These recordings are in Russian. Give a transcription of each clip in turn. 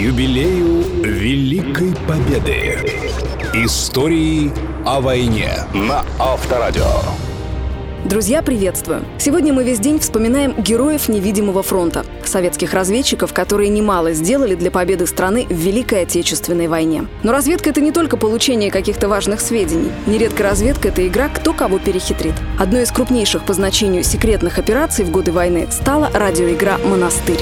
юбилею Великой Победы. Истории о войне на Авторадио. Друзья, приветствую! Сегодня мы весь день вспоминаем героев невидимого фронта, советских разведчиков, которые немало сделали для победы страны в Великой Отечественной войне. Но разведка — это не только получение каких-то важных сведений. Нередко разведка — это игра «Кто кого перехитрит». Одной из крупнейших по значению секретных операций в годы войны стала радиоигра «Монастырь».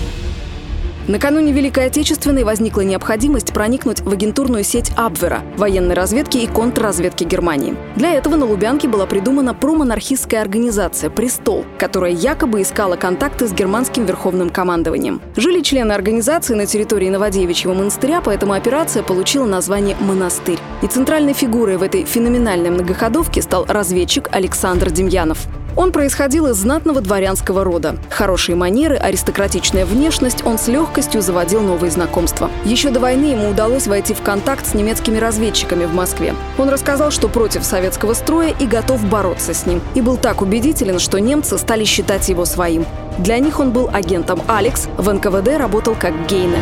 Накануне Великой Отечественной возникла необходимость проникнуть в агентурную сеть Абвера, военной разведки и контрразведки Германии. Для этого на Лубянке была придумана промонархистская организация «Престол», которая якобы искала контакты с германским верховным командованием. Жили члены организации на территории Новодевичьего монастыря, поэтому операция получила название «Монастырь». И центральной фигурой в этой феноменальной многоходовке стал разведчик Александр Демьянов. Он происходил из знатного дворянского рода. Хорошие манеры, аристократичная внешность, он с легкостью заводил новые знакомства. Еще до войны ему удалось войти в контакт с немецкими разведчиками в Москве. Он рассказал, что против советского строя и готов бороться с ним. И был так убедителен, что немцы стали считать его своим. Для них он был агентом Алекс, в НКВД работал как Гейне.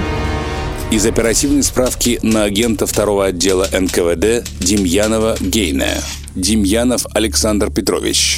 Из оперативной справки на агента 2-го отдела НКВД Демьянова Гейне. Демьянов Александр Петрович,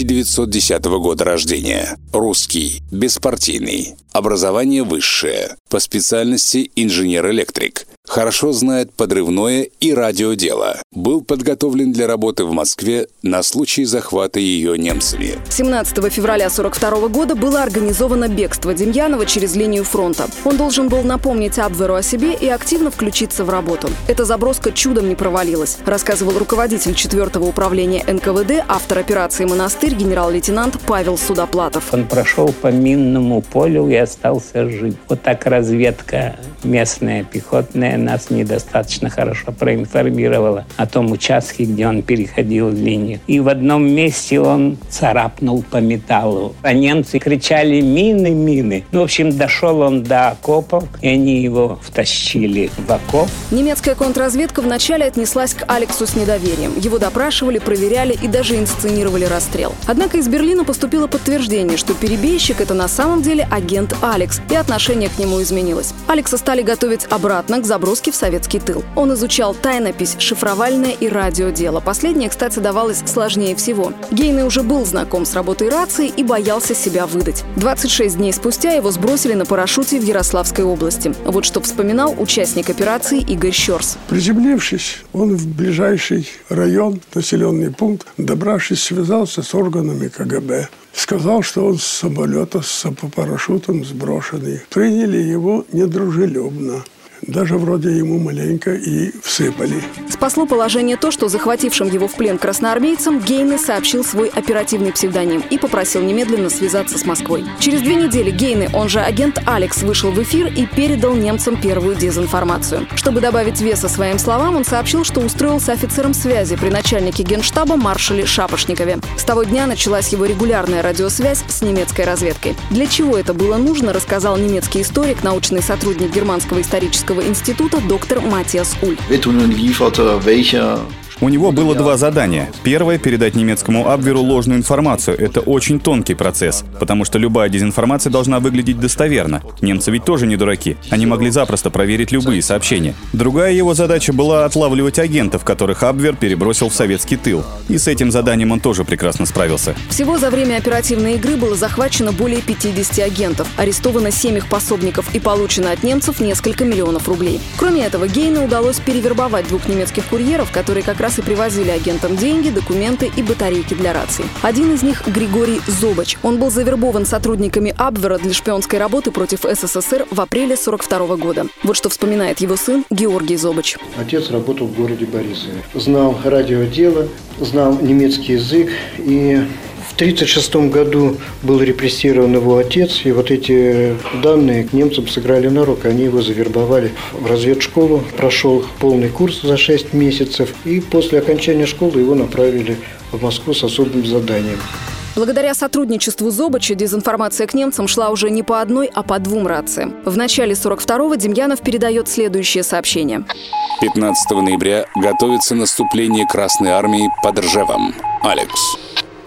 1910 года рождения. Русский, беспартийный. Образование высшее. По специальности инженер-электрик. Хорошо знает подрывное и радиодело. Был подготовлен для работы в Москве на случай захвата ее немцами. 17 февраля 1942 года было организовано бегство Демьянова через линию фронта. Он должен был напомнить Абверу о себе и активно включиться в работу. Эта заброска чудом не провалилась, рассказывал руководитель 4-го управления НКВД, автор операции «Монастырь» генерал-лейтенант Павел Судоплатов. Он прошел по минному полю и остался жив. Вот так разведка местная, пехотная, нас недостаточно хорошо проинформировала о том участке, где он переходил линию. И в одном месте он царапнул по металлу. А немцы кричали «Мины, мины!». В общем, дошел он до окопов, и они его втащили в окоп. Немецкая контрразведка вначале отнеслась к Алексу с недоверием. Его допрашивали, проверяли и даже инсценировали расстрел. Однако из Берлина поступило подтверждение, что перебежчик — это на самом деле агент Алекс, и отношение к нему изменилось. Алекса стали готовить обратно к заброске в советский тыл. Он изучал тайнопись, шифровальное и радиодело. Последнее, кстати, давалось сложнее всего. Гейне уже был знаком с работой рации и боялся себя выдать. 26 дней спустя его сбросили на парашюте в Ярославской области. Вот что вспоминал участник операции Игорь Щерс. Приземлившись, он в ближайший район, населенный пункт, добравшись, связался с органами КГБ. Сказал, что он с самолета с парашютом сброшенный. Приняли его недружелюбно. Даже вроде ему маленько и всыпали. Спасло положение то, что захватившим его в плен красноармейцам Гейне сообщил свой оперативный псевдоним и попросил немедленно связаться с Москвой. Через 2 недели Гейне, он же агент Алекс, вышел в эфир и передал немцам первую дезинформацию. Чтобы добавить веса своим словам, он сообщил, что устроился офицером связи при начальнике Генштаба маршале Шапошникове. С того дня началась его регулярная радиосвязь с немецкой разведкой. Для чего это было нужно, рассказал немецкий историк, научный сотрудник Германского исторического института доктор Матиас Уль. У него было 2 задания. Первое — передать немецкому Абверу ложную информацию. Это очень тонкий процесс, потому что любая дезинформация должна выглядеть достоверно. Немцы ведь тоже не дураки. Они могли запросто проверить любые сообщения. Другая его задача была отлавливать агентов, которых Абвер перебросил в советский тыл. И с этим заданием он тоже прекрасно справился. Всего за время оперативной игры было захвачено более 50 агентов, арестовано 7 их пособников и получено от немцев несколько миллионов рублей. Кроме этого, Гейне удалось перевербовать 2 немецких курьеров, которые как раз и привозили агентам деньги, документы и батарейки для раций. Один из них — Григорий Зобач. Он был завербован сотрудниками Абвера для шпионской работы против СССР в апреле 1942 года. Вот что вспоминает его сын Георгий Зобач. Отец работал в городе Борисове. Знал радиодело, знал немецкий язык и... В 1936 году был репрессирован его отец, и вот эти данные немцам сыграли на руку. Они его завербовали в разведшколу, прошел полный курс за 6 месяцев, и после окончания школы его направили в Москву с особым заданием. Благодаря сотрудничеству Зобача дезинформация к немцам шла уже не по одной, а по 2 рациям. В начале 1942-го Демьянов передает следующее сообщение. 15 ноября готовится наступление Красной армии под Ржевом. Алекс.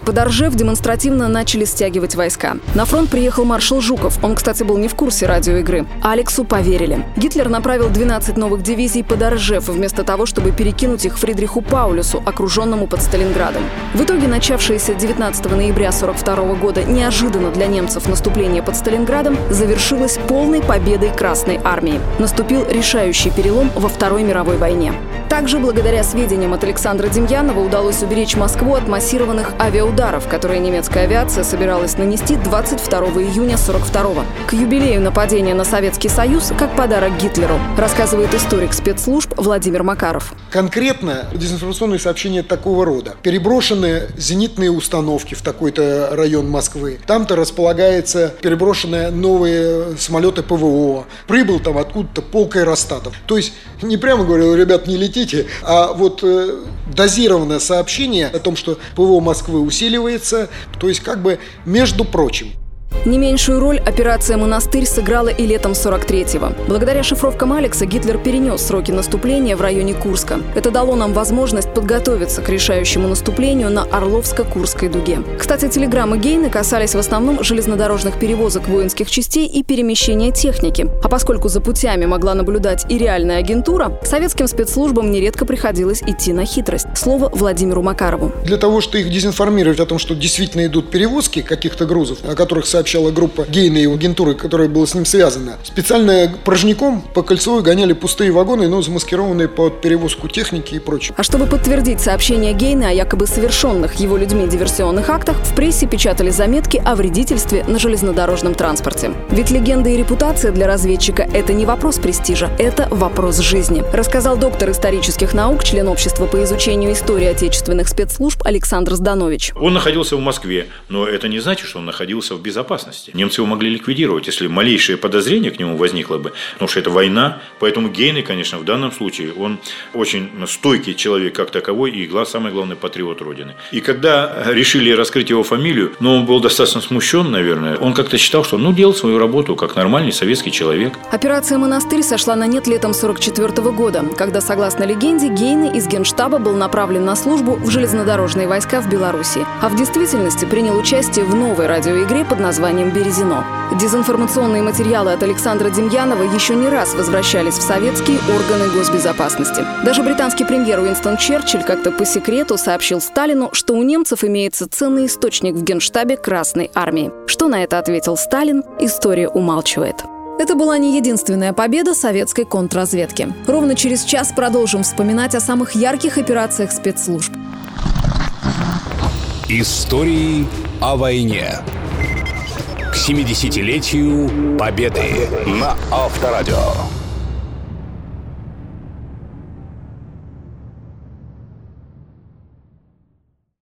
Под Оржев демонстративно начали стягивать войска. На фронт приехал маршал Жуков. Он, кстати, был не в курсе радиоигры. Алексу поверили. Гитлер направил 12 новых дивизий под Оржев, вместо того, чтобы перекинуть их Фридриху Паулюсу, окруженному под Сталинградом. В итоге начавшееся 19 ноября 1942 года неожиданно для немцев наступление под Сталинградом завершилось полной победой Красной армии. Наступил решающий перелом во Второй мировой войне. Также, благодаря сведениям от Александра Демьянова, удалось уберечь Москву от массированных авиаударов, которые немецкая авиация собиралась нанести 22 июня 1942-го. К юбилею нападения на Советский Союз как подарок Гитлеру, рассказывает историк спецслужб Владимир Макаров. Конкретно дезинформационные сообщения такого рода. Переброшены зенитные установки в такой-то район Москвы. Там-то располагается переброшенные новые самолеты ПВО. Прибыл там откуда-то полк аэростатов. То есть не прямо говорил: ребят, не летите, а вот дозированное сообщение о том, что ПВО Москвы усиливается, то есть как бы между прочим. Не меньшую роль операция «Монастырь» сыграла и летом 43-го. Благодаря шифровкам Алекса Гитлер перенес сроки наступления в районе Курска. Это дало нам возможность подготовиться к решающему наступлению на Орловско-Курской дуге. Кстати, телеграммы Гейне касались в основном железнодорожных перевозок воинских частей и перемещения техники. А поскольку за путями могла наблюдать и реальная агентура, советским спецслужбам нередко приходилось идти на хитрость. Слово Владимиру Макарову. Для того, чтобы их дезинформировать о том, что действительно идут перевозки каких-то грузов, о которых сообщала группа Гейна и агентуры, которая была с ним связана, специально порожняком по Кольцевой гоняли пустые вагоны, но замаскированные под перевозку техники и прочее. А чтобы подтвердить сообщения Гейна о якобы совершенных его людьми диверсионных актах, в прессе печатали заметки о вредительстве на железнодорожном транспорте. Ведь легенда и репутация для разведчика – это не вопрос престижа, это вопрос жизни, рассказал доктор исторических наук, член общества по изучению истории отечественных спецслужб Александр Зданович. Он находился в Москве, но это не значит, что он находился в безопасности. Немцы его могли ликвидировать, если малейшее подозрение к нему возникло бы, потому что это война. Поэтому Гейне, конечно, в данном случае, он очень стойкий человек как таковой и, самое главное, патриот Родины. И когда решили раскрыть его фамилию, он был достаточно смущен, наверное. Он как-то считал, что делал свою работу как нормальный советский человек. Операция «Монастырь» сошла на нет летом 1944 года, когда, согласно легенде, Гейне из Генштаба был направлен на службу в железнодорожные войска в Белоруссии, а в действительности принял участие в новой радиоигре под названием «Березино». Дезинформационные материалы от Александра Демьянова еще не раз возвращались в советские органы госбезопасности. Даже британский премьер Уинстон Черчилль как-то по секрету сообщил Сталину, что у немцев имеется ценный источник в Генштабе Красной армии. Что на это ответил Сталин, история умалчивает. Это была не единственная победа советской контрразведки. Ровно через час продолжим вспоминать о самых ярких операциях спецслужб. Истории о войне. К 70-летию Победы на Авторадио.